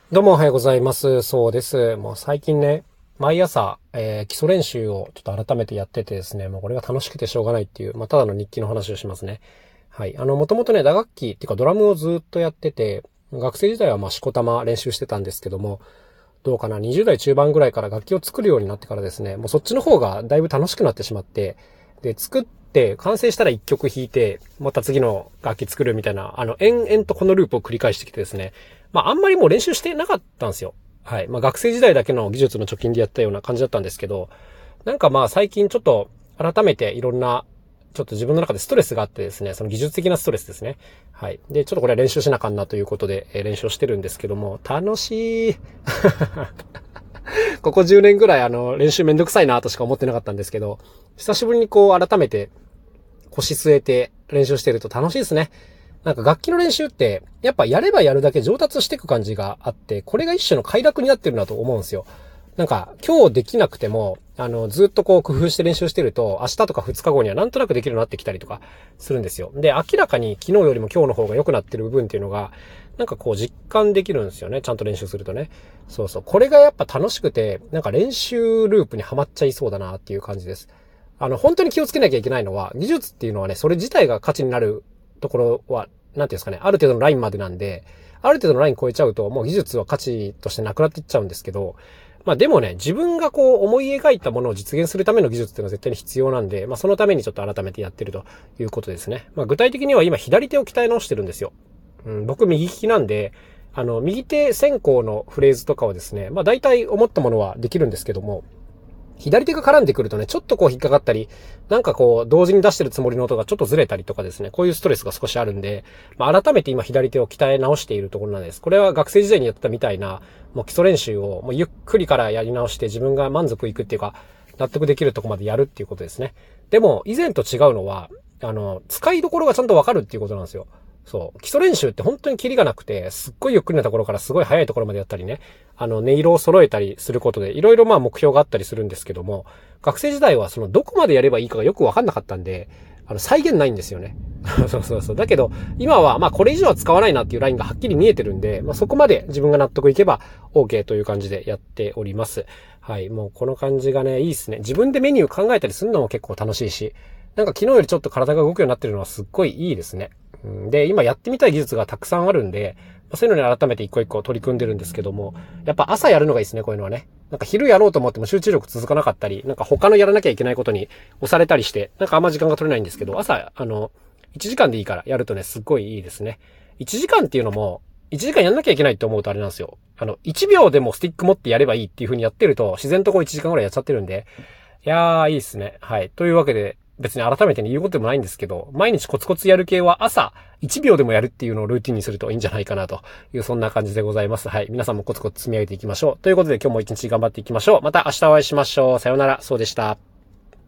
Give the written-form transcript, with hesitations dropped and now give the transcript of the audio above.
どうもおはようございます。そうです。もう最近ね、毎朝、基礎練習をちょっと改めてやっててですね、もうこれが楽しくてしょうがないっていう、ただの日記の話をしますね。はい。もともとね、打楽器っていうかドラムをずっとやってて、学生時代はしこたま練習してたんですけども、どうかな、20代中盤ぐらいから楽器を作るようになってからですね、もうそっちの方がだいぶ楽しくなってしまって、で、作って、完成したら1曲弾いて、また次の楽器作るみたいな、延々とこのループを繰り返してきてですね、あんまりもう練習してなかったんですよ。はい。学生時代だけの技術の貯金でやったような感じだったんですけど、最近ちょっと改めていろんな、ちょっと自分の中でストレスがあってですね、その技術的なストレスですね。はい。で、ちょっとこれは練習しなあかんなということで、練習をしてるんですけども、楽しい。ここ10年ぐらい練習めんどくさいなとしか思ってなかったんですけど、久しぶりに改めて腰据えて練習してると楽しいですね。楽器の練習って、やっぱやればやるだけ上達していく感じがあって、これが一種の快楽になってるなと思うんですよ。今日できなくても、ずっと工夫して練習してると、明日とか2日後にはなんとなくできるようになってきたりとかするんですよ。で、明らかに昨日よりも今日の方が良くなってる部分っていうのが、実感できるんですよね。ちゃんと練習するとね。そうそう。これがやっぱ楽しくて、練習ループにはまっちゃいそうだなっていう感じです。本当に気をつけなきゃいけないのは、技術っていうのはね、それ自体が価値になるところは、なんていうんですかね、ある程度のラインまでなんで、ある程度のライン超えちゃうと、もう技術は価値としてなくなっていっちゃうんですけど、でもね、自分が思い描いたものを実現するための技術っていうのは絶対に必要なんで、そのためにちょっと改めてやってるということですね。具体的には今左手を鍛え直してるんですよ。僕右利きなんで、右手先行のフレーズとかはですね、大体思ったものはできるんですけども、左手が絡んでくるとね、ちょっと引っかかったり、同時に出してるつもりの音がちょっとずれたりとかですね、こういうストレスが少しあるんで、改めて今左手を鍛え直しているところなんです。これは学生時代にやってたみたいな、もう基礎練習をもうゆっくりからやり直して自分が満足いくっていうか、納得できるところまでやるっていうことですね。でも、以前と違うのは、使いどころがちゃんとわかるっていうことなんですよ。そう。基礎練習って本当にキリがなくて、すっごいゆっくりなところからすごい早いところまでやったりね、音色を揃えたりすることで、いろいろ目標があったりするんですけども、学生時代はどこまでやればいいかがよくわかんなかったんで、再現ないんですよね。そうそうそう。だけど、今はこれ以上は使わないなっていうラインがはっきり見えてるんで、そこまで自分が納得いけば OK という感じでやっております。はい。もうこの感じがね、いいですね。自分でメニュー考えたりするのも結構楽しいし、昨日よりちょっと体が動くようになってるのはすっごいいいですね。で、今やってみたい技術がたくさんあるんで、そういうのに改めて一個一個取り組んでるんですけども、やっぱ朝やるのがいいですね、こういうのはね。昼やろうと思っても集中力続かなかったり、他のやらなきゃいけないことに押されたりして、あんま時間が取れないんですけど、朝、1時間でいいからやるとね、すっごいいいですね。1時間っていうのも、1時間やんなきゃいけないって思うとあれなんですよ。1秒でもスティック持ってやればいいっていう風にやってると、自然と1時間ぐらいやっちゃってるんで、いやー、いいですね。はい。というわけで、別に改めて言うことでもないんですけど、毎日コツコツやる系は朝1秒でもやるっていうのをルーティンにするといいんじゃないかなという、そんな感じでございます。はい。皆さんもコツコツ積み上げていきましょう。ということで今日も一日頑張っていきましょう。また明日お会いしましょう。さようなら。そうでした。